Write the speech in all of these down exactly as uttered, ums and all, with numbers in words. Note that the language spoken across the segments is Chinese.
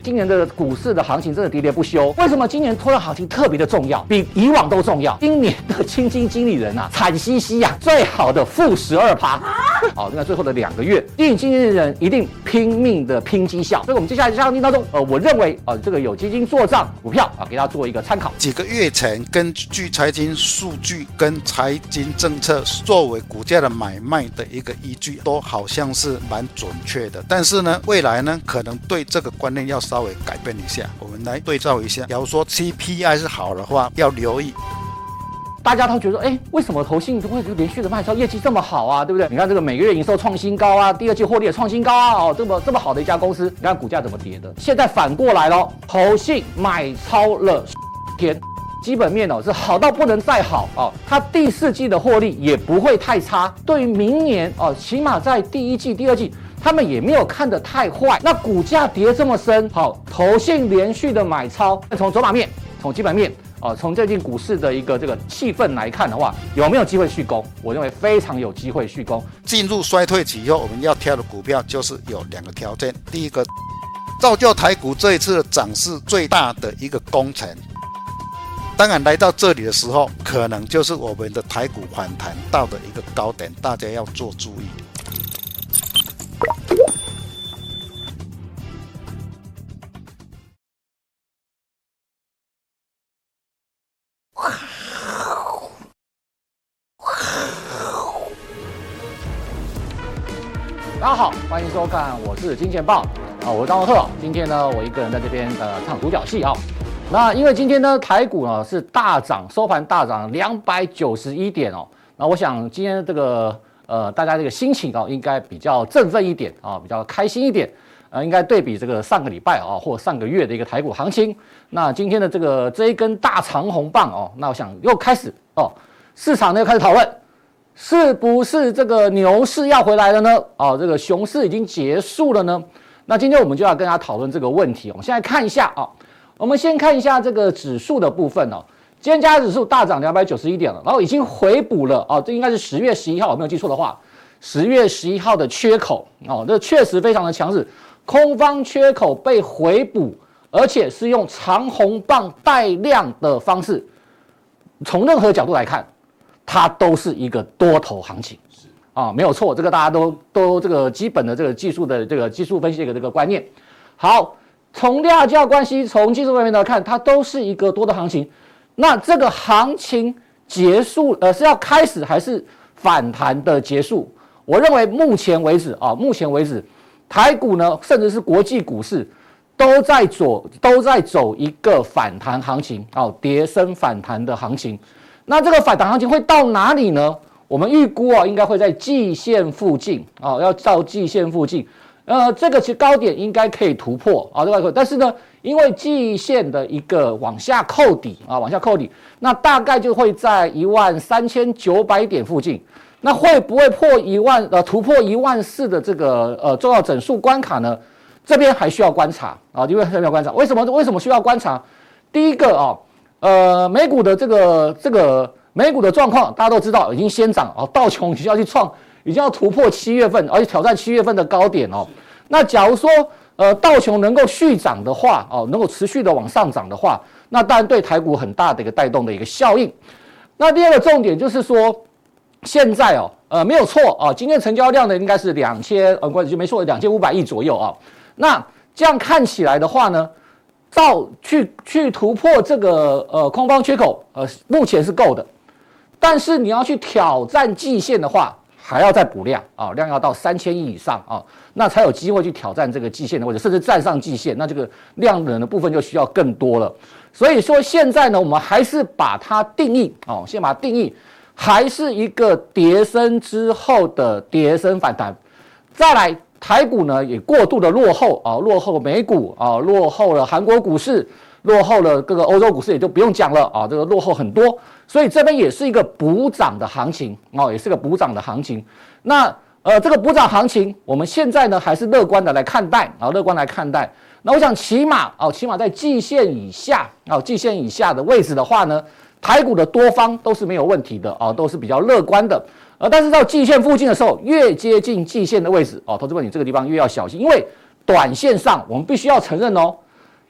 今年的股市的行情真的喋喋不休。为什么今年拖拉行情特别的重要，比以往都重要？今年的基金经理人啊，惨兮兮啊，最好的负十二趴。好，那最后的两个月，基金经理人一定拼命的拼绩效。所以我们接下来的行情当中，呃，我认为呃，这个有基金做账股票啊，给大家做一个参考。 几个月前，根据财经数据跟财经政策作为股价的买卖的一个依据，都好像是蛮准确的。但是呢，未来呢，可能对这个观念要稍微改变一下。我们来对照一下，假如说 C P I 是好的话，要留意。 大家都觉得，哎，为什么投信会连续的卖超，业绩这么好啊，对不对？你看这个每个月营收创新高啊，第二季获利也创新高啊，哦，这么这么好的一家公司，你看股价怎么跌的？现在反过来咯，投信买超了天，基本面哦是好到不能再好哦，它第四季的获利也不会太差，对于明年哦，起码在第一季、第二季。他们也没有看得太坏，那股价跌这么深，好，投信连续的买超，从筹码面、从基本面，哦，从最近股市的一个这个气氛来看的话，有没有机会续攻？我认为非常有机会续攻。 进入衰退期以后，我们要挑的股票就是有两个条件，第一个，造就台股这一次的涨势最大的一个工程。当然，来到这里的时候，可能就是我们的台股反弹到的一个高点，大家要做注意。 大家好，欢迎收看，我是金钱豹啊，我是张文赫。今天呢，我一个人在这边呃唱独角戏啊。那因为今天呢，台股呢是大涨，收盘大涨两百九十一点哦。那我想今天这个呃大家这个心情啊，应该比较振奋一点啊，比较开心一点。呃，应该对比这个上个礼拜啊，或上个月的一个台股行情。那今天的这个这一根大长红棒哦，那我想又开始哦，市场呢又开始讨论。是不是这个牛市要回来了呢？哦，这个熊市已经结束了呢？那今天我们就要跟大家讨论这个问题。我们现在看一下啊、哦，我们先看一下这个指数的部分哦。今天加权指数大涨两百九十一点了，然后已经回补了哦，这应该是十月十一号，我没有记错的话，十月十一号的缺口哦，这确实非常的强势，空方缺口被回补，而且是用长红棒带量的方式，从任何角度来看。它都是一个多头行情，是啊，没有错，这个大家都都这个基本的这个技术的这个技术分析的这个观念。好，从量价关系，从技术方面来看，它都是一个多的行情。那这个行情结束，呃，是要开始还是反弹的结束？我认为目前为止啊，目前为止，台股呢，甚至是国际股市都在走都在走一个反弹行情，哦，跌升反弹的行情。那这个反弹行情会到哪里呢？我们预估啊，应该会在季线附近啊，要到季线附近。呃，这个其实高点应该可以突破啊，这个但是呢，因为季线的一个往下扣底啊，往下扣底，那大概就会在一万三千九百点附近。那会不会破一万呃突破一万四的这个呃重要整数关卡呢？这边还需要观察啊，因为还需要观察。为什么？为什么需要观察？第一个啊。呃，美股的这个这个美股的状况，大家都知道已经先涨哦，道琼已经要去创，已经要突破七月份，而且挑战七月份的高点哦。那假如说呃道琼能够续涨的话，哦，能够持续的往上涨的话，那当然对台股很大的一个带动的一个效应。那第二个重点就是说，现在哦，呃没有错啊，今天成交量呢应该是两千，呃，关就没错，两千五百亿左右啊。那这样看起来的话呢？照去去突破这个呃空方缺口，呃目前是够的，但是你要去挑战季线的话，还要再补量啊，量要到三千亿以上啊，那才有机会去挑战这个季线的位置，甚至站上季线，那这个量能的部分就需要更多了。所以说现在呢，我们还是把它定义哦，先把它定义，还是一个跌升之后的跌升反弹，再来。台股呢也过度的落后啊，落后美股啊，落后了韩国股市，落后了各个欧洲股市也就不用讲了啊，这个落后很多，所以这边也是一个补涨的行情哦，也是个补涨的行情。那呃这个补涨行情，我们现在呢还是乐观的来看待啊，乐观来看待。那我想起码啊，起码在季线以下啊，季线以下的位置的话呢，台股的多方都是没有问题的啊，都是比较乐观的。呃，但是到季线附近的时候，越接近季线的位置哦，投资者你这个地方越要小心，因为短线上我们必须要承认哦，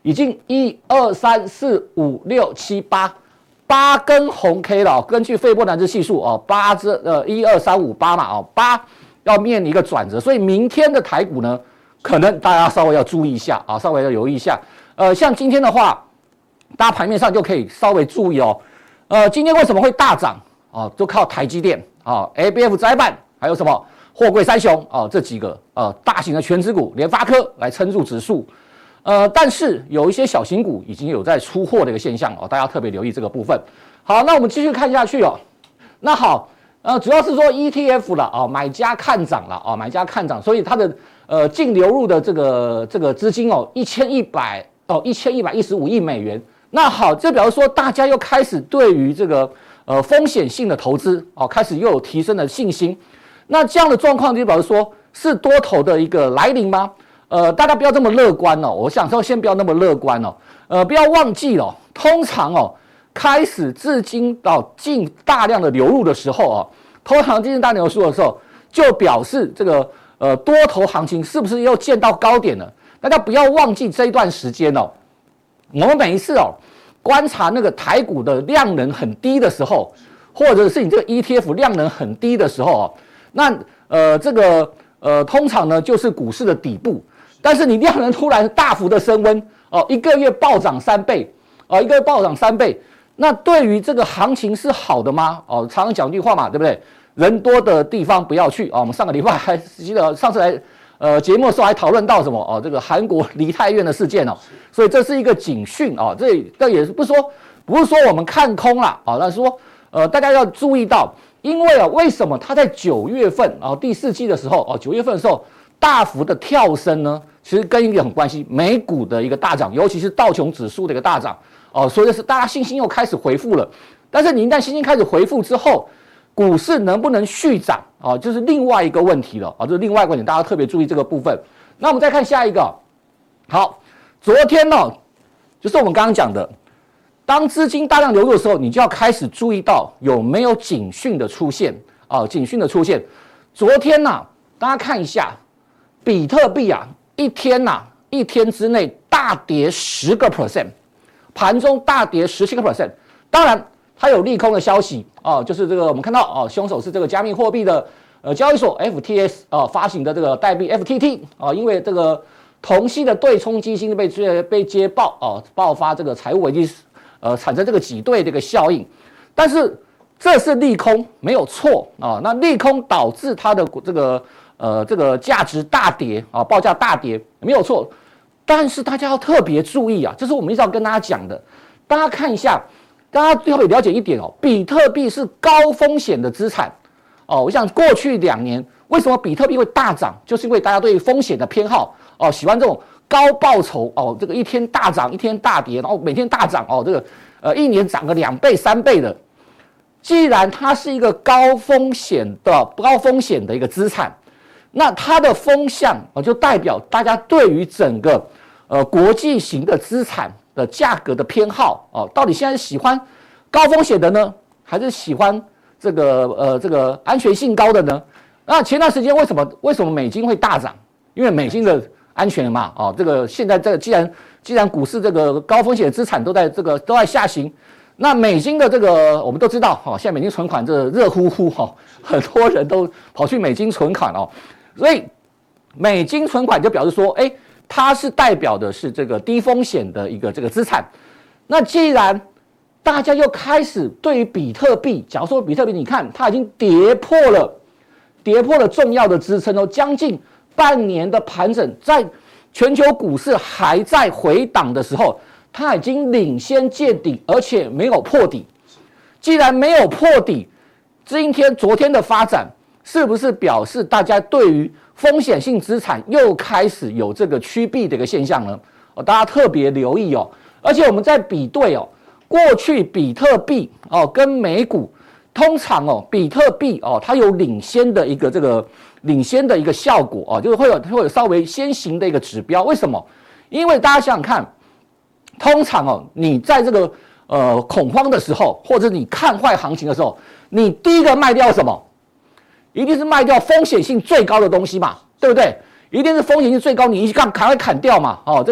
已经一二三四五六七八八根红 K 了、哦，根据斐波那契系数哦，八只呃一二三五八嘛哦，八要面临一个转折，所以明天的台股呢，可能大家稍微要注意一下啊，稍微要留意一下。呃，像今天的话，大家盘面上就可以稍微注意哦。呃，今天为什么会大涨啊？就靠台积电啊 ，A B F 载板，还有什么货柜三雄啊这几个呃大型的全指股，联发科来撑住指数。呃，但是有一些小型股已经有在出货的一个现象哦，大家特别留意这个部分。好，那我们继续看下去哦。那好，呃，主要是说 E T F 了啊、哦，买家看涨了啊、哦，买家看涨，所以它的呃净流入的这个这个资金哦，一千一百哦一千一百一十五亿美元。那好，这表示说大家又开始对于这个呃风险性的投资哦，开始又有提升的信心。那这样的状况就表示说是多头的一个来临吗？呃，大家不要这么乐观哦。我想说，先不要那么乐观哦。呃，不要忘记了、哦，通常哦，开始资金到进大量的流入的时候哦，通常进大量流入的时候，就表示这个呃多头行情是不是又见到高点了？大家不要忘记这一段时间哦，我们每一次哦观察那个台股的量能很低的时候，或者是你这个 E T F 量能很低的时候哦，那呃这个呃通常呢就是股市的底部。但是你量能突然大幅的升温哦，一个月暴涨三倍哦，一个月暴涨三倍，那对于这个行情是好的吗？哦，常常讲一句话嘛，对不对？人多的地方不要去哦。我们上个礼拜还记得上次来呃节目的时候还讨论到什么哦？这个韩国梨泰院的事件哦，所以这是一个警讯哦。这这也是不是说不是说我们看空啦哦，那是说呃大家要注意到，因为啊为什么它在九月份哦第四季的时候哦九月份的时候大幅的跳升呢？其实跟一个很关系，美股的一个大涨，尤其是道琼指数的一个大涨哦，所以就是大家信心又开始回复了。但是你一旦信心开始回复之后，股市能不能续涨啊、哦，就是另外一个问题了啊、哦，这是另外一个问题，大家特别注意这个部分。那我们再看下一个，好，昨天呢、哦，就是我们刚刚讲的，当资金大量流入的时候，你就要开始注意到有没有警讯的出现啊、哦，警讯的出现。昨天呢、啊，大家看一下，比特币啊。一天呐、啊，一天之内大跌十个 percent， 盘中大跌十七个 percent。当然，它有利空的消息哦，就是这个我们看到哦，凶手是这个加密货币的呃交易所 F T S 啊、呃、发行的这个代币 F T T 啊、呃，因为这个同系的对冲基金被接被接爆哦、呃，爆发这个财务危机，呃，产生这个挤兑这个效应。但是这是利空，没有错啊、呃。那利空导致它的这个。呃，这个价值大跌啊，报价大跌没有错，但是大家要特别注意啊，这是我们一直要跟大家讲的。大家看一下，大家最后也了解一点哦，比特币是高风险的资产哦。我想过去两年为什么比特币会大涨，就是因为大家对风险的偏好哦，喜欢这种高报酬哦，这个一天大涨一天大跌，然后每天大涨哦，这个呃一年涨个两倍三倍的。既然它是一个高风险的高风险的一个资产。那它的风向啊，就代表大家对于整个呃国际型的资产的价格的偏好哦，到底现在是喜欢高风险的呢，还是喜欢这个呃这个安全性高的呢？那前段时间为什么为什么美金会大涨？因为美金的安全嘛，哦，这个现在这个既然既然股市这个高风险的资产都在这个都在下行，那美金的这个我们都知道哈、哦，现在美金存款这热乎乎哈、哦，很多人都跑去美金存款哦。所以，美金存款就表示说，哎，它是代表的是这个低风险的一个这个资产。那既然大家又开始对于比特币，假如说比特币，你看它已经跌破了，跌破了重要的支撑哦，将近半年的盘整，在全球股市还在回档的时候，它已经领先见底，而且没有破底。既然没有破底，今天昨天的发展。是不是表示大家对于风险性资产又开始有这个趋避的一个现象呢？哦，大家特别留意哦。而且我们在比对哦，过去比特币哦跟美股，通常哦比特币哦它有领先的一个这个领先的一个效果哦，就是会有会有稍微先行的一个指标。为什么？因为大家想想看，通常哦你在这个呃恐慌的时候，或者你看坏行情的时候，你第一个卖掉什么？一定是卖掉风险性最高的东西嘛，对不对？一定是风险性最高，你一杠赶快砍掉嘛。哦，这个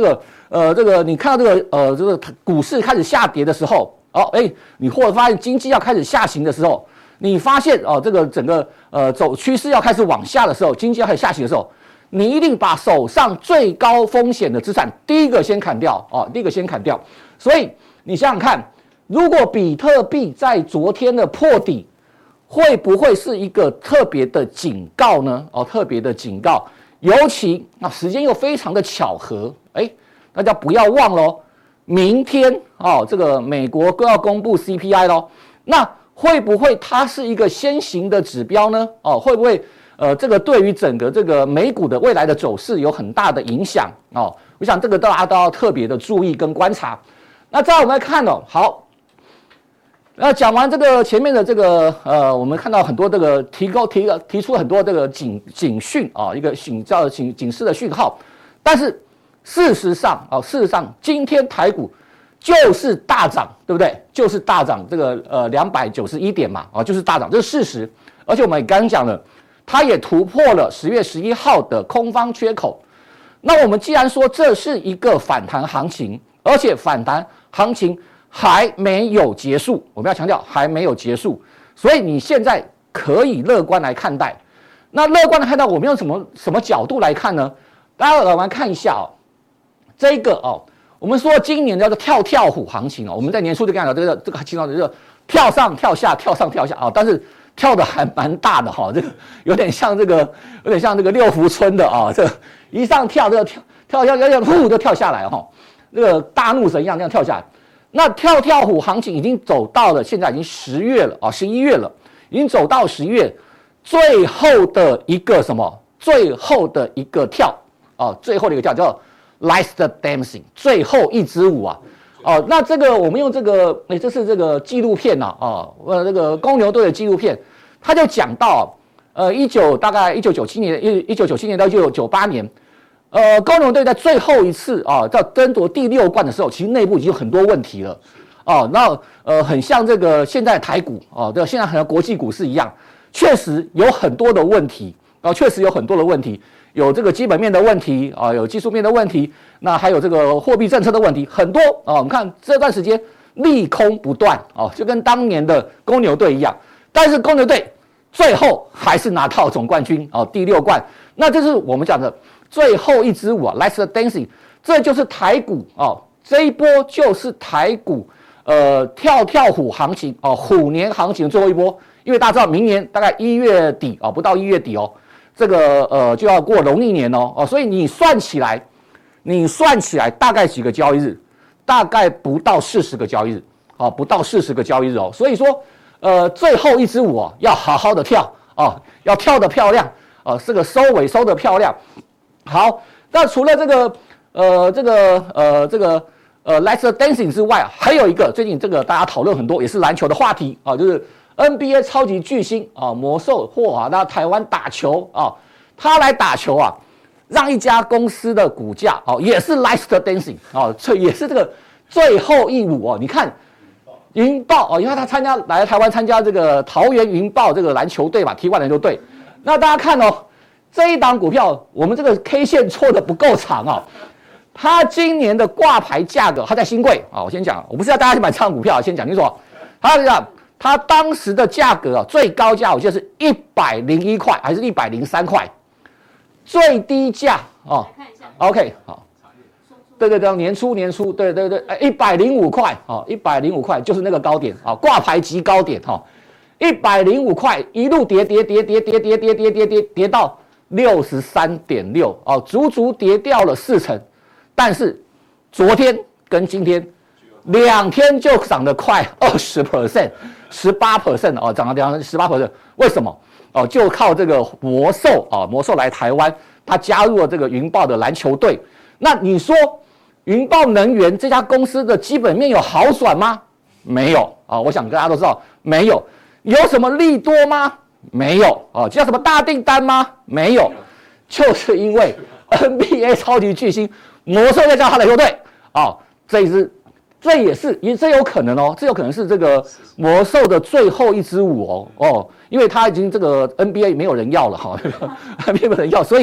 呃，这个你看到这个呃这个股市开始下跌的时候，哦，哎，你或者发现经济要开始下行的时候，你发现哦这个整个呃走趋势要开始往下的时候，经济要开始下行的时候，你一定把手上最高风险的资产第一个先砍掉哦，第一个先砍掉。所以你想想看，如果比特币在昨天的破底，会不会是一个特别的警告呢？哦，特别的警告，尤其那时间又非常的巧合，哎，大家不要忘了，明天哦，这个美国都要公布 C P I 咯，那会不会它是一个先行的指标呢？哦，会不会呃，这个对于整个这个美股的未来的走势有很大的影响哦？我想这个大家都要特别的注意跟观察。那再我们来看哦，好。那讲完这个前面的这个呃，我们看到很多这个提高提提出很多这个警警讯啊，一个警叫警警示的讯号，但是事实上啊，事实上今天台股就是大涨，对不对？就是大涨这个呃两百九十一点嘛，啊，就是大涨，这是事实。而且我们也刚讲了，它也突破了十月十一号的空方缺口。那我们既然说这是一个反弹行情，而且反弹行情还没有结束，我们要强调还没有结束，所以你现在可以乐观来看待。那乐观的看待，我们用什么什么角度来看呢？大家来看一下哦，这个哦，我们说今年叫做跳跳虎行情哦，我们在年初就跟大家讲这个这个情况就是跳上跳下，跳上跳下啊、哦，但是跳的还蛮大的哈、哦，这个有点像这个有点像这个六福村的啊、哦，这个一上跳这个跳跳跳跳跳呼就跳下来哈、哦，那个大怒神一样这样跳下来。那跳跳虎行情已经走到了，现在已经十月了啊，十一月了，已经走到十月最后的一个什么？最后的一个跳啊，最后的一个跳叫 Last Dancing， 最后一支舞啊。哦，那这个我们用这个，哎，这是这个纪录片呐，啊，呃，这个公牛队的纪录片，他就讲到，呃，一九大概一九九七年，一一九九七年到一九九八年。呃，公牛队在最后一次啊，在争夺第六冠的时候，其实内部已经有很多问题了，哦，那呃，很像这个现在台股哦，对，现在好像国际股市一样，确实有很多的问题啊，确实有很多的问题，有这个基本面的问题啊，有技术面的问题，那还有这个货币政策的问题，很多啊。我们看这段时间利空不断哦，就跟当年的公牛队一样，但是公牛队最后还是拿到总冠军哦，第六冠，那这是我们讲的。最后一支舞啊 ，Last Dancing， 这就是台股哦，这一波就是台股呃跳跳虎行情哦，虎年行情的最后一波。因为大家知道，明年大概一月底哦，不到一月底哦，这个呃就要过农历年哦哦，所以你算起来，你算起来大概几个交易日？大概不到四十个交易日，哦，不到四十个交易日哦。所以说，呃，最后一支舞哦，要好好的跳哦，要跳得漂亮哦，这个收尾收得漂亮。好，那除了这个呃这个呃这个呃 Last Dancing 之外，还有一个最近这个大家讨论很多，也是篮球的话题啊，就是 N B A 超级巨星啊魔兽或啊那台湾打球啊，他来打球啊，让一家公司的股价哦也是 Last Dancing 啊，这也是这个最后一舞哦。你看云豹哦，因为他参加来台湾参加这个桃园云豹这个篮球队嘛 ，T 一 篮球队，那大家看哦。这一档股票，我们这个 K 线错的不够长啊、哦，它今年的挂牌价格，它在新贵啊，我先讲，我不是要大家去买这档股票，先讲清楚。它讲它当时的价格啊，最高价我记得是一百零一块，还是一百零三块，最低价哦。看一下 ，OK， 好，对对对，年初年初，对对对，一百零五块哦，一百零五块就是那个高点啊，挂牌极高点哈，一百零五块一路跌跌跌跌跌跌跌跌跌跌跌到。六十三点六哦，足足跌掉了四成，但是昨天跟今天两天就涨得快二十 percent， 十八 percent 哦，涨了两十八 percent， 为什么？哦，就靠这个魔兽啊、哦，魔兽来台湾，他加入了这个云豹的篮球队。那你说云豹能源这家公司的基本面有好转吗？没有啊、哦，我想大家都知道没有，有什么利多吗？没有哦，叫什么大订单吗？没有，就是因为 N B A 超级巨星魔兽在叫他篮球队哦，这一支，这也是也这有可能哦，这有可能是这个魔兽的最后一支舞哦哦，因为他已经这个 N B A 没有人要了哈、哦、，N B A 没有人要，所以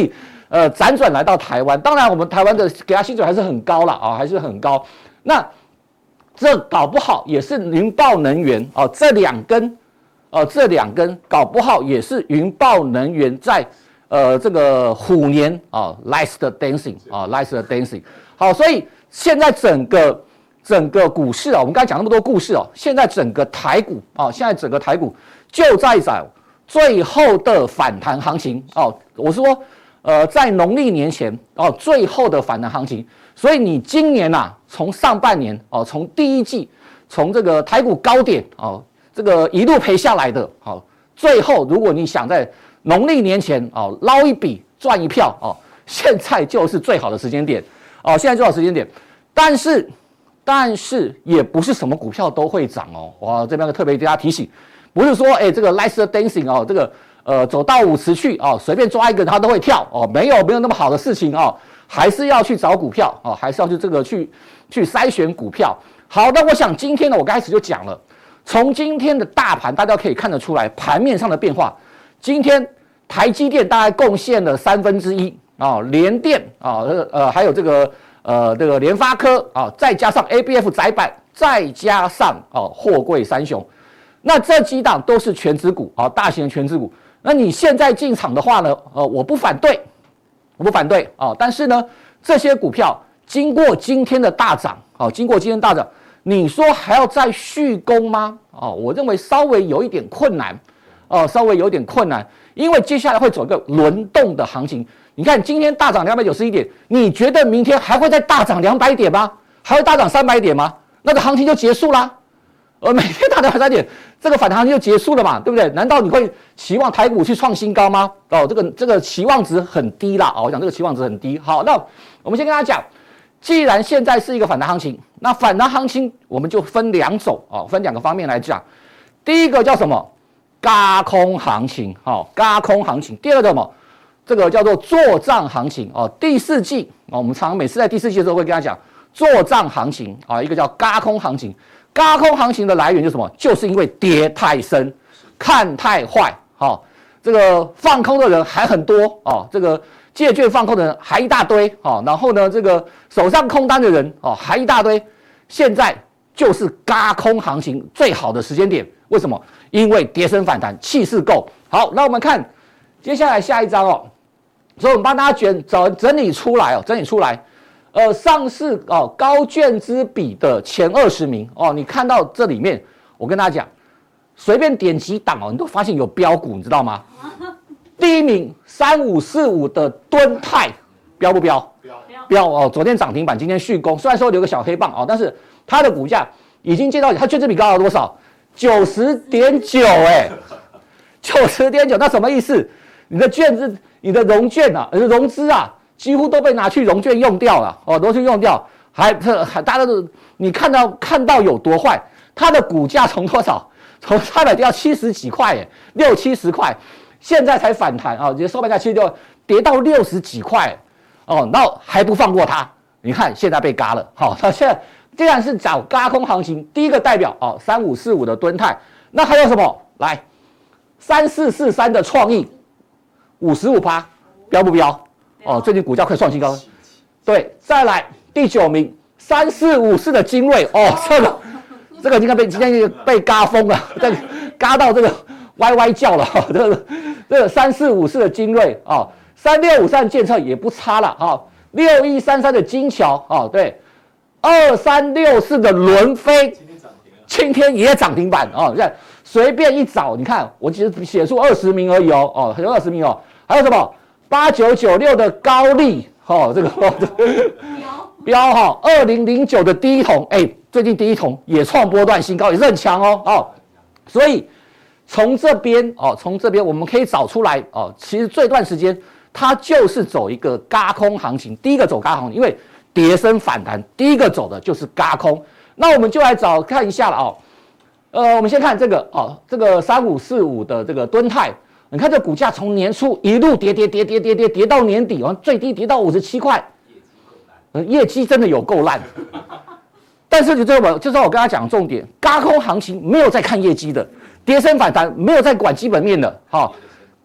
呃辗转来到台湾。当然，我们台湾的给他薪水还是很高了啊，还是很高。那这搞不好也是云豹能源哦，这两根，呃，这两根搞不好也是云豹能源在呃这个虎年啊 ，last dancing 啊 ，last dancing。好，所以现在整个整个股市啊，我们刚才讲那么多故事哦，现在整个台股啊，现在整个台股就在找最后的反弹行情哦。我是说，呃，在农历年前哦，最后的反弹行情。所以你今年呐、啊，从上半年哦，从第一季，从这个台股高点哦，这个一路赔下来的，好、哦，最后如果你想在农历年前哦捞一笔赚一票哦，现在就是最好的时间点哦，现在最好的时间点。但是，但是也不是什么股票都会涨哦。哇，这边特别给大家提醒，不是说哎这个 last dancing 哦，这个呃走到舞池去哦，随便抓一个它都会跳哦，没有没有那么好的事情哦。还是要去找股票哦，还是要去这个去去筛选股票。好，那我想今天呢，我刚开始就讲了，从今天的大盘，大家可以看得出来盘面上的变化。今天台积电大概贡献了三分之一啊，联电啊，呃还有这个呃这个联发科啊，再加上 A B F 载板，再加上哦货柜三雄，那这几档都是全指股啊，大型的全指股。那你现在进场的话呢，呃我不反对。我不反对啊、哦，但是呢，这些股票经过今天的大涨，好、哦，经过今天大涨，你说还要再续攻吗？哦，我认为稍微有一点困难，哦，稍微有点困难，因为接下来会走一个轮动的行情。你看今天大涨两百九十一点，你觉得明天还会再大涨两百点吗？还会大涨三百点吗？那个行情就结束啦。呃，每天大涨两百点，这个反弹行情就结束了嘛，对不对？难道你会期望台股去创新高吗？哦，这个这个期望值很低啦。哦，我讲这个期望值很低。好，那我们先跟大家讲，既然现在是一个反弹行情，那反弹行情我们就分两种哦，分两个方面来讲。第一个叫什么？轧空行情，好、哦，轧空行情。第二个什么？这个叫做做账行情哦。第四季哦，我们常每次在第四季的时候会跟大家讲做账行情啊、哦，一个叫轧空行情。轧空行情的来源就是什么？就是因为跌太深，看太坏，好、哦，这个放空的人还很多哦，这个借券放空的人还一大堆哦，然后呢，这个手上空单的人哦还一大堆，现在就是轧空行情最好的时间点。为什么？因为跌升反弹，气势够。好，那我们看接下来下一章哦，所以我们帮大家卷整整理出来哦，整理出来。呃，上市哦高券资比的前二十名哦，你看到这里面，我跟大家讲，随便点几档哦，你都发现有标股，你知道吗？第一名三五四五的敦泰，标不标？标标哦，昨天涨停板，今天续攻，虽然说留个小黑棒哦，但是它的股价已经见到它券资比高了多少？九十点九哎，九十点九，那什么意思？你的券资，你的融券啊，融资啊。几乎都被拿去融券用掉了哦，都去用掉，还还大家都你看到看到有多坏？它的股价从多少？从三百跌到七十几块，哎，六七十块，现在才反弹啊！你收盘价其实就跌到六十几块哦，然后还不放过它，你看现在被嘎了，好、哦，那现在既然是找嘎空行情，第一个代表哦，三五四五的敦泰，那还有什么？来，三四四三的创意，五十五趴，标不标？哦，最近股价快创新高，对，再来第九名三四五四的精锐，哦，这个这个应该被今天被嘎疯了，这个嘎到这个歪歪叫了，哈、哦，这个这个三四五四的精锐哦，三六五三建测也不差了，哈、哦，六一三三的金桥，哦，对，二三六四的伦飞，今天也涨停板哦，你看随便一找，你看我只是写出二十名而已哦，哦，还有二十名哦，还有什么？八九九六的高利，哦，这个标哈，二零零九的第一桶，哎，最近第一桶也创波段新高，也是很强哦，哦，所以从这边哦，从这边我们可以找出来哦，其实这段时间它就是走一个轧空行情，第一个走轧行情，因为跌升反弹，第一个走的就是轧空，那我们就来找看一下了哦，呃，我们先看这个哦，这个三五四五的这个敦泰。你看这股价从年初一路跌跌跌跌跌跌跌到年底，最低跌到五十七块，呃，业绩真的有够烂。但是就这我就是我跟他讲重点，轧空行情没有在看业绩的，跌升反弹没有在管基本面的，好、哦，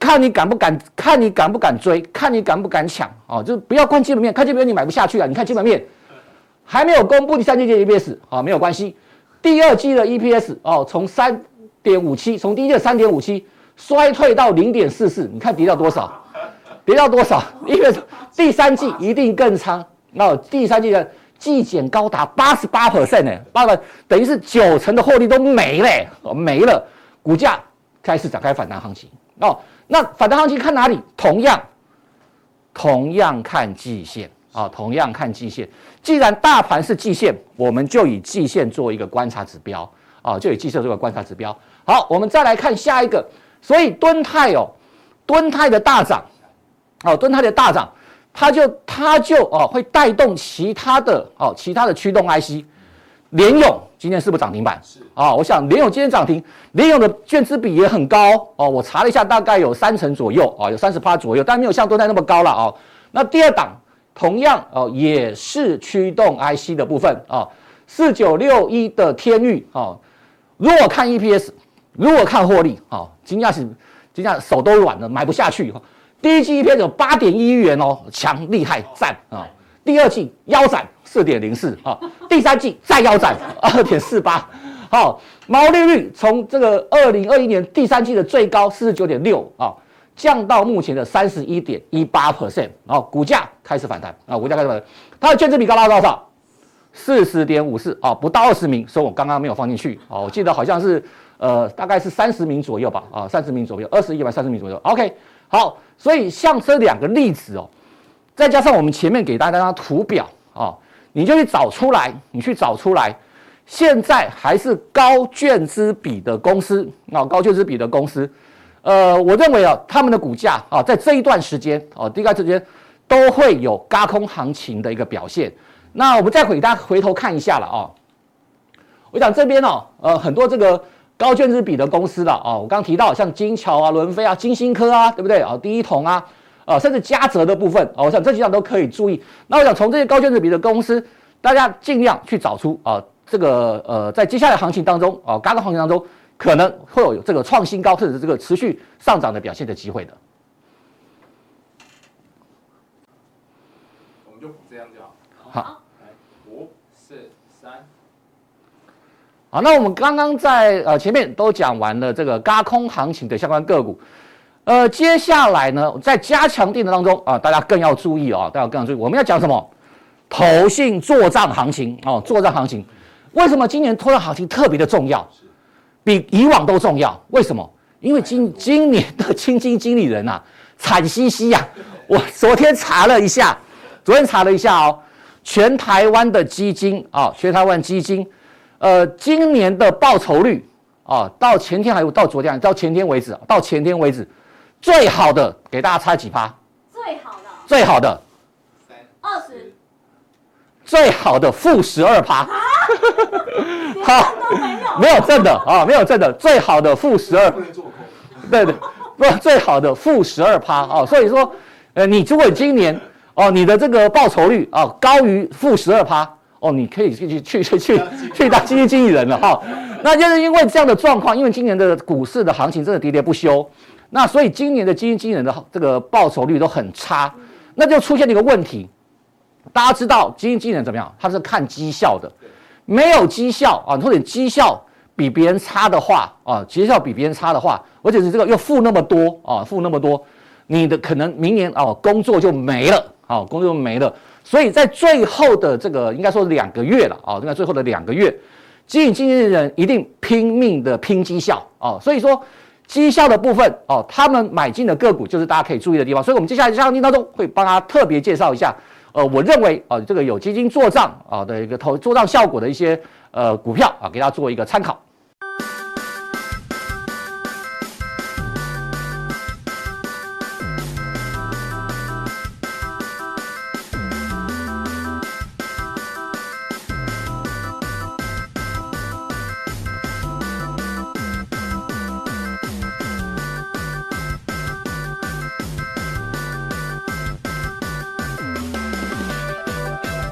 看你敢不敢，看你敢不敢追，看你敢不敢抢哦，就是不要看基本面，看基本面你买不下去啊。你看基本面还没有公布第三季的 E P S 啊、哦，没有关系。第二季的 E P S 哦，从三点五七，从第一季的三点五七衰退到零点四四，你看跌到多少？跌到多少？因为第三季一定更差。那第三季的季减高达八十八 percent 呢，八十等于是九成的获利都没了、欸，没了，股价开始展开反弹行情哦。那反弹行情看哪里？同样，同样看季线啊、哦，同样看季线。既然大盘是季线，我们就以季线做一个观察指标啊、哦，就以季线做一个观察指标。好，我们再来看下一个。所以敦泰哦，敦泰的大涨。哦，敦泰的大涨，它就它就哦会带动其他的哦其他的驱动 I C， 联咏今天是不是涨停板？是啊、哦，我想联咏今天涨停，联咏的券资比也很高哦，我查了一下，大概有三成左右哦，有三十趴左右，但没有像敦泰那么高了哦。那第二档同样哦也是驱动 I C 的部分哦，四九六一的天钰哦，如果看 E P S， 如果看获利哦，金价是金价手都软了，买不下去哦。第一季 E P S 有 八点一元哦，强厉害赞啊！第二季腰斩 四点零四 啊，第三季再腰斩 二点四八， 好，毛利率从这个二零二一年第三季的最高 四十九点六 啊，降到目前的 三十一点一八 percent， 然后股价开始反弹啊，股价开始反弹，它的券资比高到多少？ 四十点五四 啊，不到二十名，所以我刚刚没有放进去啊，我记得好像是呃大概是三十名左右吧啊，三十名左右，二十一百三十名左右 ，OK。好，所以像这两个例子哦，再加上我们前面给大家的图表哦，你就去找出来，你去找出来，现在还是高券资比的公司啊、哦，高券资比的公司，呃，我认为啊，他们的股价啊、哦，在这一段时间哦，这一段时间都会有轧空行情的一个表现。那我们再回大家回头看一下了哦，我讲这边哦，呃，很多这个。高券资比的公司了啊、哦，我刚刚提到像金桥啊、伦飞啊、金星科啊，对不对啊、哦？第一铜啊，呃，甚至嘉泽的部分啊、哦，我想这几项都可以注意。那我想从这些高券资比的公司，大家尽量去找出啊、呃，这个呃，在接下来行情当中啊，轧空行情当中，可能会有这个创新高，或者是这个持续上涨的表现的机会的。 我们就补这样就好。 好， 来五四三。 好，那我们刚刚在呃前面都讲完了这个轧空行情的相关个股，呃，接下来呢，在加强定的当中啊、呃，大家更要注意哦，大家更要注意，我们要讲什么？投信作账行情哦，作账行情，为什么今年作账行情特别的重要？比以往都重要？为什么？因为今今年的基金经理人啊，惨兮兮呀！我昨天查了一下，昨天查了一下哦，全台湾的基金啊、哦，全台湾基金。呃，今年的报酬率啊，到前天还有到昨天，到前天为止，到前天为止，最好的给大家猜几趴？ 最好的， 最好的， 二十， 最好的负十二趴。好，没有正的啊，没有正的，最好的负十二，对对，不，最好的负十二趴啊。所以说，呃，你如果今年哦，你的这个报酬率啊高于负十二趴。哦，你可以去去去去去当基金经理人了哈、哦。那就是因为这样的状况，因为今年的股市的行情真的喋喋不休，那所以今年的基金经理人的这个报酬率都很差，那就出现了一个问题。大家知道基金经理人怎么样？他是看绩效的，没有绩效啊，或者绩效比别人差的话啊，绩效比别人差的话，而且是这个又付那么多啊，付那么多，你的可能明年哦工作就没了，好、哦，工作就没了。所以在最后的这个应该说两个月了啊，应该最后的两个月，基金经理人一定拼命的拼绩效啊，所以说绩效的部分哦，他们买进的个股就是大家可以注意的地方。所以我们接下来加强定当中会帮他特别介绍一下，呃，我认为啊这个有基金做账啊的一个投做账效果的一些呃股票啊，给大家做一个参考。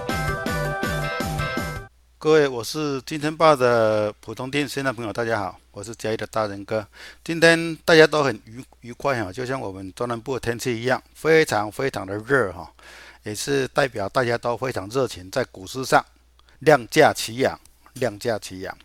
各位，我是金城报的普通店线的朋友，大家好，我我是嘉义的大人哥。今天大家都很愉愉快哈，就像我们中南部的天气一样，非常非常的热哈，也是代表大家都非常热情，在股市上量价齐扬，量价齐扬。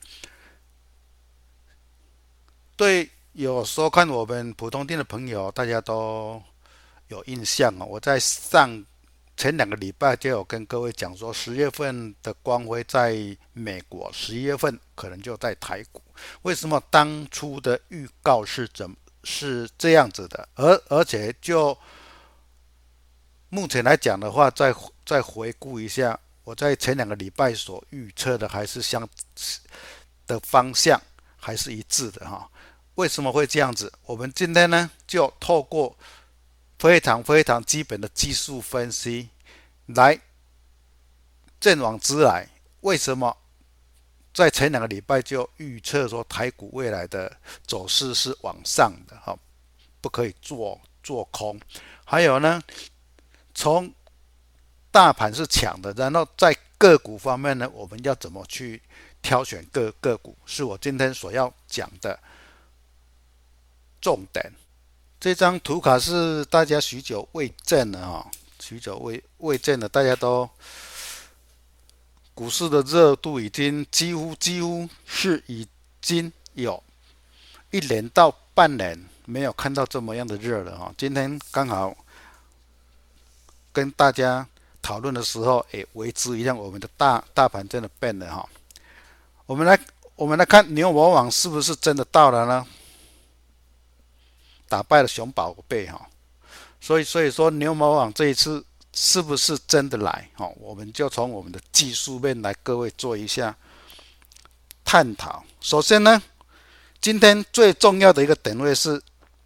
对有收看我们普通店的朋友，大家都有印象哦。我在上前两个礼拜就有跟各位讲说，十月份的光辉在美国，十一月份可能就在台股。为什么当初的预告是怎是这样子的？而而且就目前来讲的话，再再回顾一下，我在前两个礼拜所预测的还是相的方向还是一致的哈。为什么会这样子？我们今天呢，就透过非常非常基本的技术分析来见往知来，为什么在前两个礼拜就预测说台股未来的走势是往上的哈，不可以做做空。还有呢，从大盘是强的，然后在个股方面呢，我们要怎么去挑选个个股，是我今天所要讲的重点。这张图卡是大家许久未见了哈，许久未未见了，大家都股市的热度已经几乎几乎是已经有一年到半年没有看到这么样的热了哈。今天刚好跟大家讨论的时候，也为之一亮，我们的大大盘真的变了哈。我们来我们来看牛魔王是不是真的到了呢？打败了熊宝贝哈，所以所以说牛魔王这一次是不是真的来哈？我们就从我们的技术面来各位做一下探讨。首先呢，今天最重要的一个点位是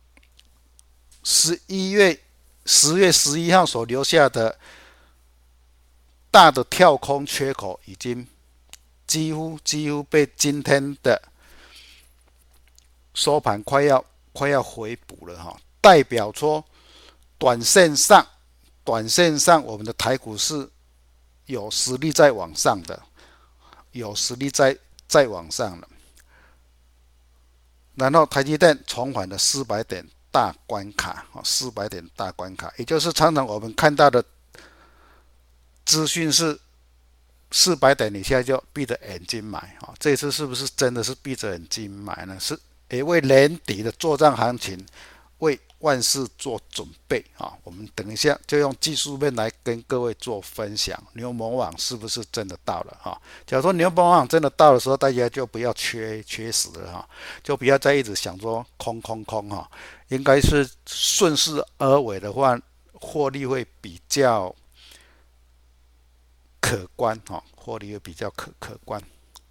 十一月十月十一号所留下的大的跳空缺口，已经几乎几乎被今天的收盘快要快要回补了哈，代表说短线上短线上我们的台股是有实力在往上的，有实力在在往上的。然后台积电重返了四百点大关卡，四百点大关卡，也就是常常我们看到的资讯是四百点以下就闭着眼睛买，这次是不是真的是闭着眼睛买呢？是也为年底的作战行情，为万事做准备啊！我们等一下就用技术面来跟各位做分享，牛魔王是不是真的到了哈？假如说牛魔王真的到的时候，大家就不要缺缺死了哈，就不要再一直想说空空空哈，应该是顺势而为的话，获利会比较可观哈，获利会比较可可观。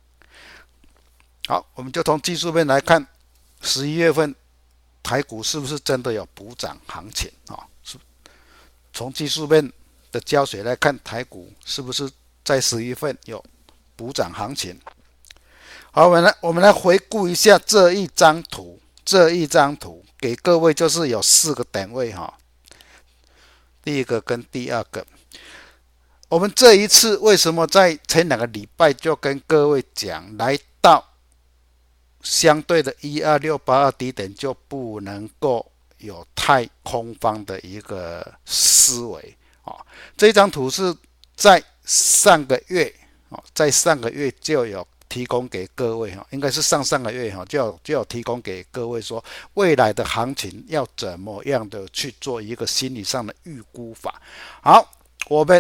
好，我们就从技术面来看。十一月份台股是不是真的有补涨行情啊？是，从技术面的教学来看，台股是不是在十一月份有补涨行情？好，我们来我们来回顾一下这一张图，这一张图给各位就是有四个点位哈，第一个跟第二个。我们这一次为什么在前两个礼拜就跟各位讲，来到相对的一二六八二低点就不能够有太空方的一个思维啊！这张图是在上个月啊，在上个月就有提供给各位哈，应该是上上个月哈就有就有提供给各位说，未来的行情要怎么样的去做一个心理上的预估法。好，我们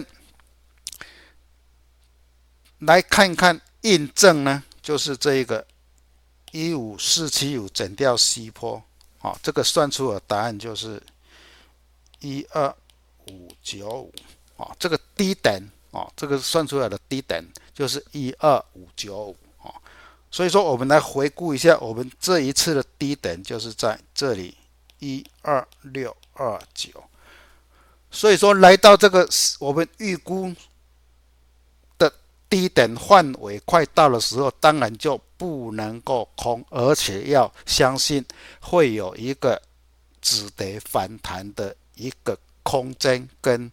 来看看印证呢，就是这一个。一五四七五整掉西坡，哦，这个算出的答案就是一二五九五，哦，这个低点，哦，这个算出来的低点就是一二五九五，哦，所以说我们来回顾一下，我们这一次的低点就是在这里一二六二九，所以说来到这个我们预估的低点范围快到的时候，当然就不能够空，而且要相信会有一个止跌反弹的一个空间跟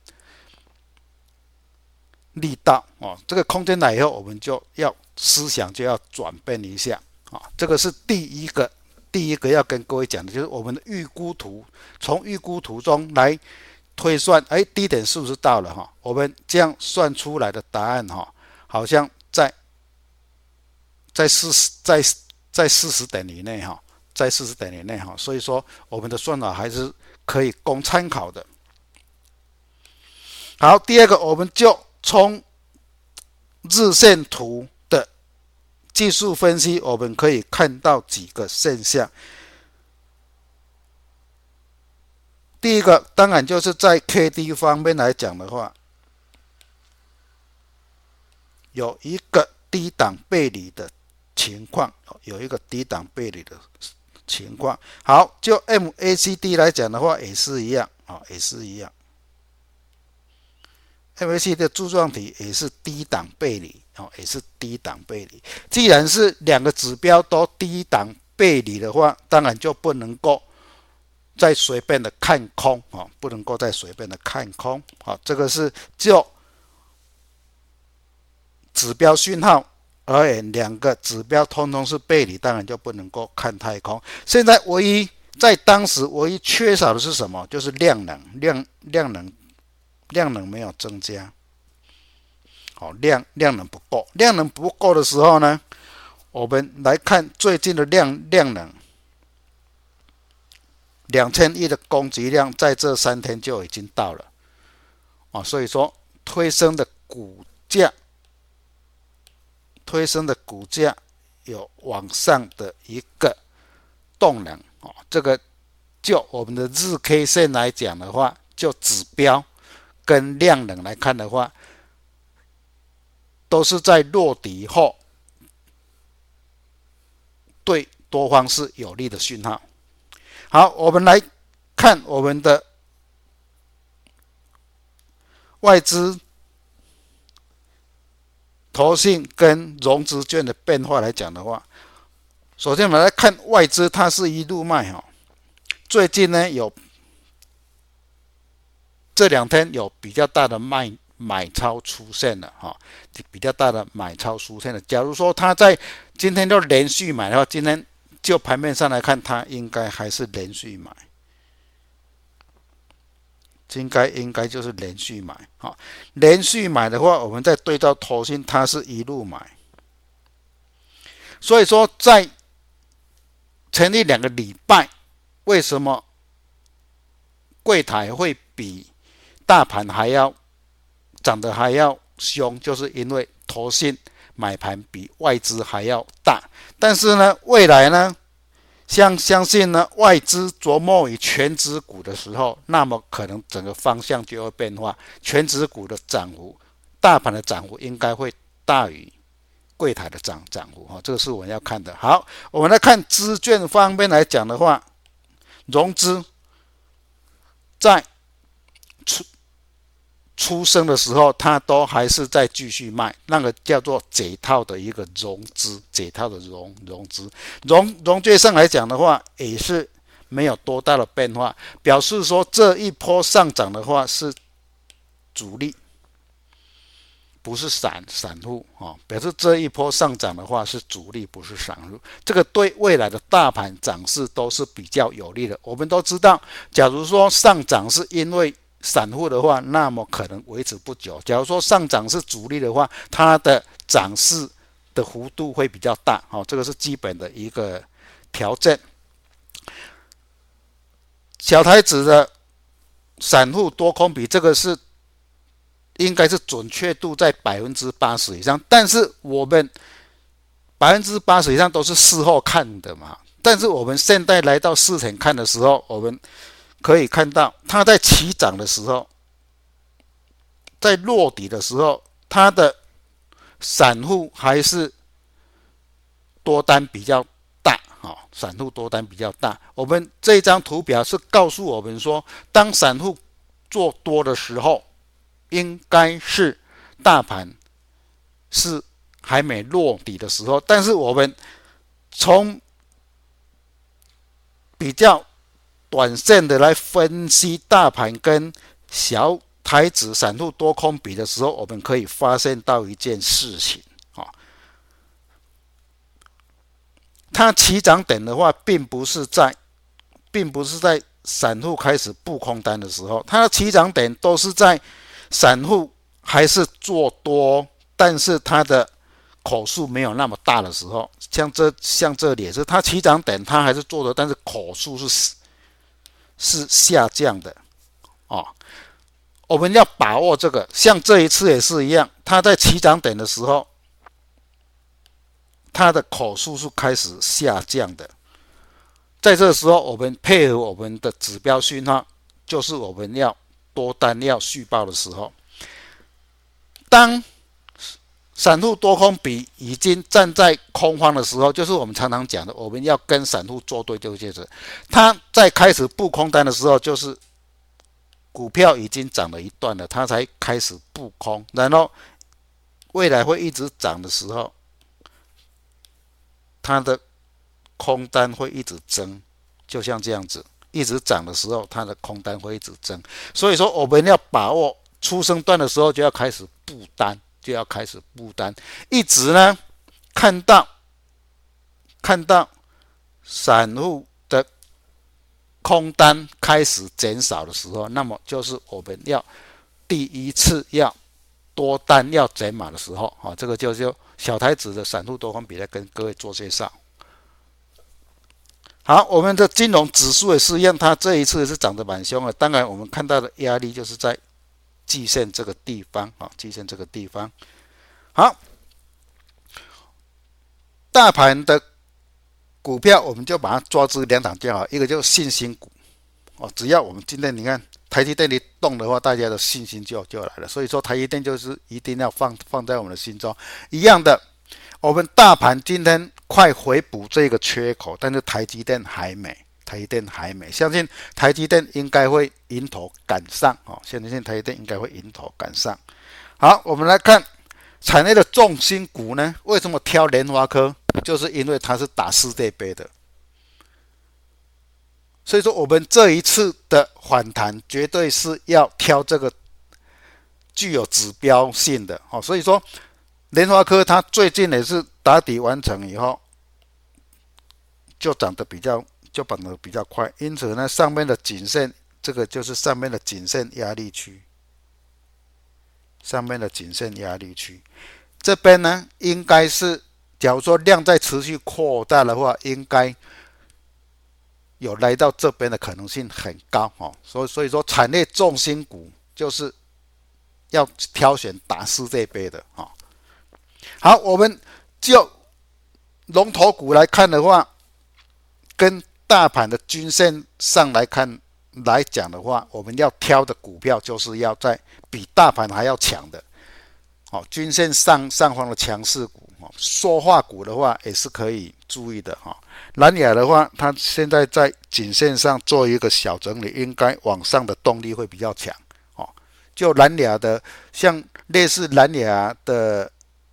力道哦。这个空间来以后，我们就要思想就要转变一下啊，这个是第一个第一个要跟各位讲的，就是我们的预估图，从预估图中来推算，哎，低点是不是到了哈？我们这样算出来的答案哈，好像在在四十在在四十点以内哈，在四十点以内哈，所以说我们的算法还是可以供参考的。好，第二个我们就从日线图的技术分析，我们可以看到几个现象。第一个当然就是在 K D 方面来讲的话，有一个低档背离的情况，有一个低档背离的情况。好，就 M A C D 来讲的话，也是一样啊，也是一样。M A C D 的柱状体也是低档背离，哦，也是低档背离。既然是两个指标都低档背离的话，当然就不能够再随便的看空啊，不能够再随便的看空啊。这个是就指标讯号而言，两个指标通通是背离，当然就不能够看太空。现在唯一在当时唯一缺少的是什么？就是量能，量量能。量能没有增加，好，量量能不够，量能不够的时候呢，我们来看最近的量量能，两千亿的供给量在这三天就已经到了，啊，所以说推升的股价，推升的股价有往上的一个动能，啊，这个就我们的日 K 线来讲的话，就指标跟量能来看的话，都是在落底后对多方是有利的讯号。好，我们来看我们的外资、投信跟融资券的变化来讲的话，首先我们来看外资，它是一路卖哈，最近呢有。这两天有比较大的卖买超出现了哈，比较大的买超出现了。假如说它在今天就连续买的话，今天就盘面上来看，它应该还是连续买，应该应该就是连续买哈。连续买的话，我们再对照投信，它是一路买，所以说在前一两个礼拜，为什么柜台会比大盘还要涨得还要凶，就是因为投信买盘比外资还要大。但是呢，未来呢，相相信呢，外资琢磨于全指股的时候，那么可能整个方向就会变化，全指股的涨幅，大盘的涨幅应该会大于柜台的涨涨幅，这个是我们要看的。好，我们来看资券方面来讲的话，融资在出出生的时候，它都还是在继续卖，那个叫做解套的一个融资，解套的融融资，融融券上来讲的话，也是没有多大的变化，表示说这一波上涨的话是主力，不是散散户啊、哦，表示这一波上涨的话是主力，不是散户，这个对未来的大盘涨势都是比较有利的。我们都知道，假如说上涨是因为散户的话，那么可能维持不久。假如说上涨是主力的话，它的涨势的幅度会比较大，哦，这个是基本的一个条件。小台指的散户多空比，这个是应该是准确度在百分之八十以上，但是我们百分之八十以上都是事后看的嘛。但是我们现在来到事前看的时候，我们可以看到，它在起涨的时候，在落底的时候，它的散户还是多单比较大，哦，散户多单比较大。我们这张图表是告诉我们说，当散户做多的时候，应该是大盘是还没落底的时候，但是我们从比较短线的来分析大盘跟小台指散户多空比的时候，我们可以发现到一件事情， 它起涨点的话，并不是在，并不是在散户开始布空单的时候，它的起涨点都是在散户还是做多，但是它的口数没有那么大的时候，像这像这里也是，它起涨点它还是做多，但是口数是是下降的哦。我们要把握这个，像这一次也是一样，它在起涨点的时候，它的口数是开始下降的。在这个时候，我们配合我们的指标讯号，就是我们要多单要续报的时候。当散户多空比已经站在空方的时候，就是我们常常讲的，我们要跟散户作对就就是他在开始布空单的时候，就是股票已经涨了一段了，他才开始布空，然后未来会一直涨的时候，他的空单会一直增，就像这样子，一直涨的时候，它的空单会一直增。所以说，我们要把握出生段的时候就要开始布单，就要开始布单，一直呢看到看到散户的空单开始减少的时候，那么就是我们要第一次要多单要减码的时候啊，这个就是小台子的散户多空比来跟各位做介绍。好，我们的金融指数也是一样，它这一次是涨得蛮凶的。当然，我们看到的压力就是在季线这个地方啊，季线这个地方。好，大盘的股票我们就把它抓至两档就好，一个就是信心股哦，只要我们今天你看台积电一动的话，大家的信心就就来了。所以说台积电就是一定要放放在我们的心中。一样的，我们大盘今天快回补这个缺口，但是台积电还没，台积电还没，相信台积电应该会迎头赶上哦，相信台积电应该会迎头赶上。好，我们来看产业的重心股呢，为什么挑联发科？就是因为它是打世界杯的，所以说我们这一次的反弹绝对是要挑这个具有指标性的哦。所以说联发科它最近也是打底完成以后，就涨得比较就涨得比较快，因此呢，上面的颈线这个就是上面的颈线压力区，上面的颈线压力区，这边呢应该是，假如说量在持续扩大的话，应该有来到这边的可能性很高哦。所以所以说产业重心股就是要挑选打世界杯的哦。好，我们就龙头股来看的话，跟大盘的均线上来看来讲的话，我们要挑的股票就是要在比大盘还要强的，哦，均线上上方的强势股，哦，塑化股的话也是可以注意的哈，哦。南亚的话，它现在在颈线上做一个小整理，应该往上的动力会比较强哦。就南亚的，像类似南亚的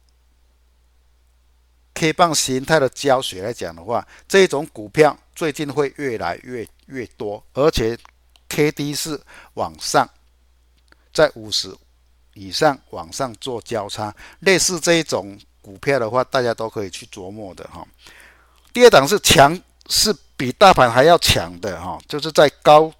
K 棒形态的教学来讲的话，这种股票最近会越来越越多，而且 K D 是往上，在五十以上往上做交叉，类似这一种股票的话，大家都可以去琢磨的哈。第二档是强，是比大盘还要强的哈，就是在高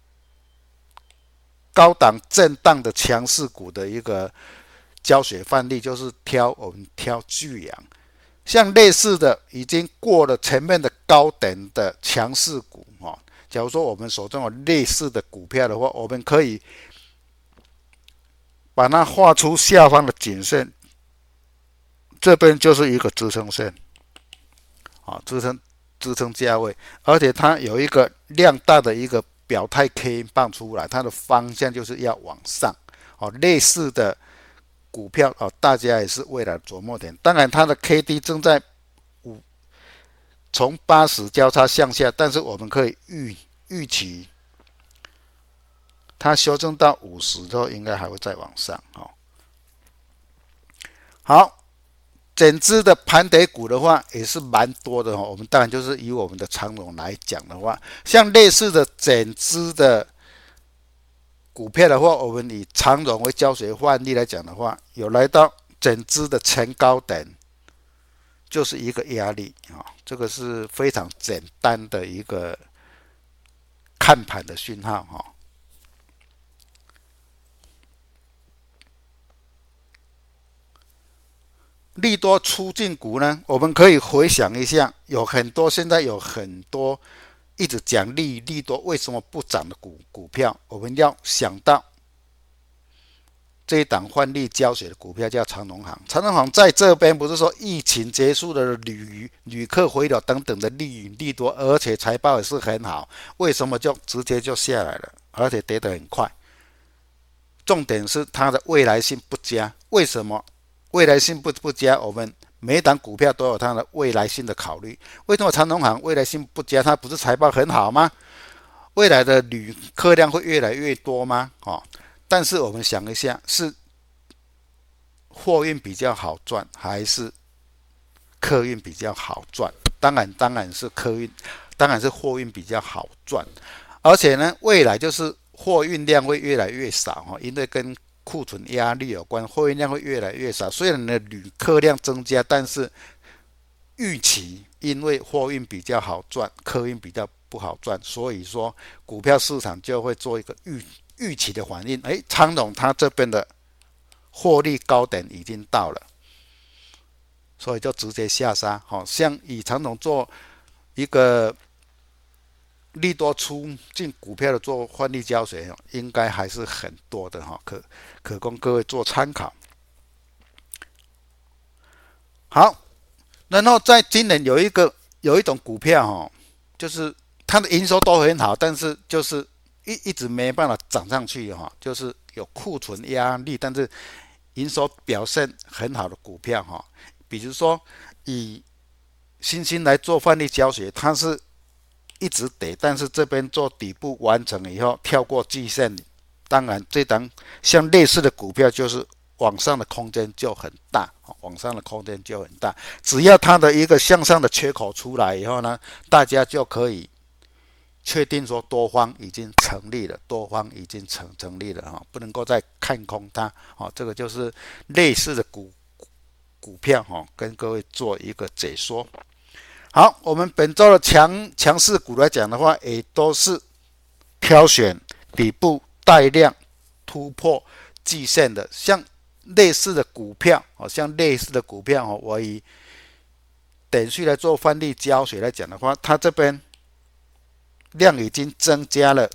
高档震荡的强势股的一个教学范例，就是挑我们挑巨阳。像类似的已经过了前面的高点的强势股，假如说我们手中有类似的股票的话，我们可以把它画出下方的颈线，这边就是一个支撑线，支撑支撑价位，而且它有一个量大的一个表态 K 棒出来，它的方向就是要往上，类似的股票哦，大家也是为了琢磨点。当然，它的 K D 正在五从八十交叉向下，但是我们可以预预期它修正到五十之后，应该还会再往上哦。好，整支的盘跌股的话也是蛮多的哦。我们当然就是以我们的长荣来讲的话，像类似的整支的股票的话，我们以长荣为教学范例来讲的话，有来到整支的前高点，就是一个压力啊， 这个是非常简单的一个看盘的讯号哈。利多出尽股呢，我们可以回想一下，有很多现在有很多一直讲利利多为什么不涨的股股票，我们要想到这一档换利胶水的股票叫长荣航。长荣航在这边不是说疫情结束的旅旅客回流等等的利利多，而且财报也是很好，为什么就直接就下来了，而且跌得很快？重点是它的未来性不佳。为什么未来性不不佳？我们每一档股票都有它的未来性的考虑。为什么长荣航未来性不佳？它不是财报很好吗？未来的旅客量会越来越多吗？哦，但是我们想一下，是货运比较好赚，还是客运比较好赚？当然，当然是客运，当然是货运比较好赚。而且呢，未来就是货运量会越来越少，因为跟库存压力有关，货运量会越来越少。虽然呢旅客量增加，但是预期因为货运比较好赚，客运比较不好赚，所以说股票市场就会做一个预预期的反应。哎，长荣它这边的获利高点已经到了，所以就直接下杀。好，像以长荣做一个利多出进股票的做换利胶水，应该还是很多的哈，可可供各位做参考。好，然后在今年有一个有一种股票哈，就是它的营收都很好，但是就是一一直没办法涨上去哈，就是有库存压力，但是营收表现很好的股票哈，比如说以新兴来做换利胶水，它是一直跌，但是这边做底部完成以后跳过季线，当然这档像类似的股票就是往上的空间就很大，往上的空间就很大。只要它的一个向上的缺口出来以后呢，大家就可以确定说多方已经成立了，多方已经成成立了哈，不能够再看空它。哦，这个就是类似的股股票哈，跟各位做一个解说。好，我们本周的强强势股来讲的话，也都是挑选底部带量突破季线的，像类似的股票，像类似的股票，我以点序来做范例胶水来讲的话，它这边量已经增加了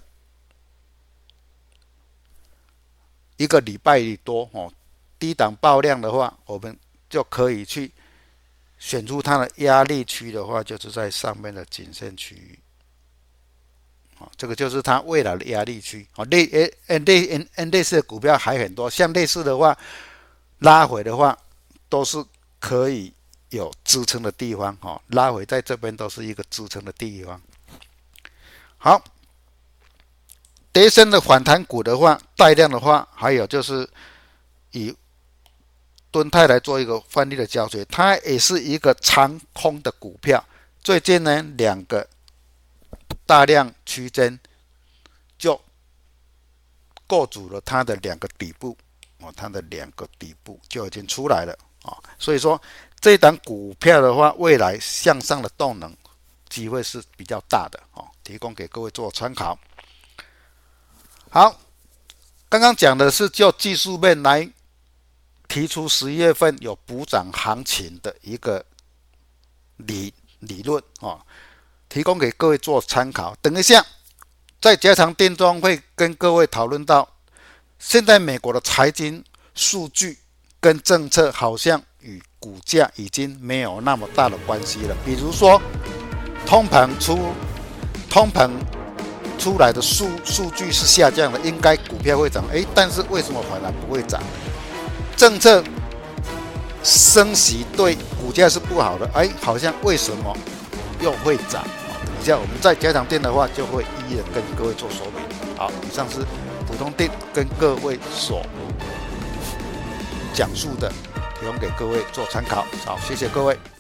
一个礼拜多哦，低档爆量的话，我们就可以去选出它的压力区的话，就是在上面的颈线区域，哦，这个就是它未来的压力区。哦，类诶类诶类似的股票还很多，像类似的话，拉回的话都是可以有支撑的地方。哦，拉回在这边都是一个支撑的地方。好，跌升的反弹股的话，带量的话，还有就是以敦泰来做一个范例的胶水，它也是一个长空的股票。最近呢，两个大量区间就构筑了它的两个底部，哦，它的两个底部就已经出来了啊，哦。所以说，这一档股票的话，未来向上的动能机会是比较大的哦，提供给各位做参考。好，刚刚讲的是就技术面来提出十一月份有补涨行情的一个理理论哦，提供给各位做参考。等一下在加强店中会跟各位讨论到，现在美国的财经数据跟政策好像与股价已经没有那么大的关系了。比如说通膨出通膨出来的数数据是下降的，应该股票会涨，诶，但是为什么反而不会涨？政策升息对股价是不好的，哎，好像为什么又会涨？等一下我们在加强店的话，就会一一的跟各位做说明。好，以上是普通店跟各位所讲述的，提供给各位做参考。好，谢谢各位。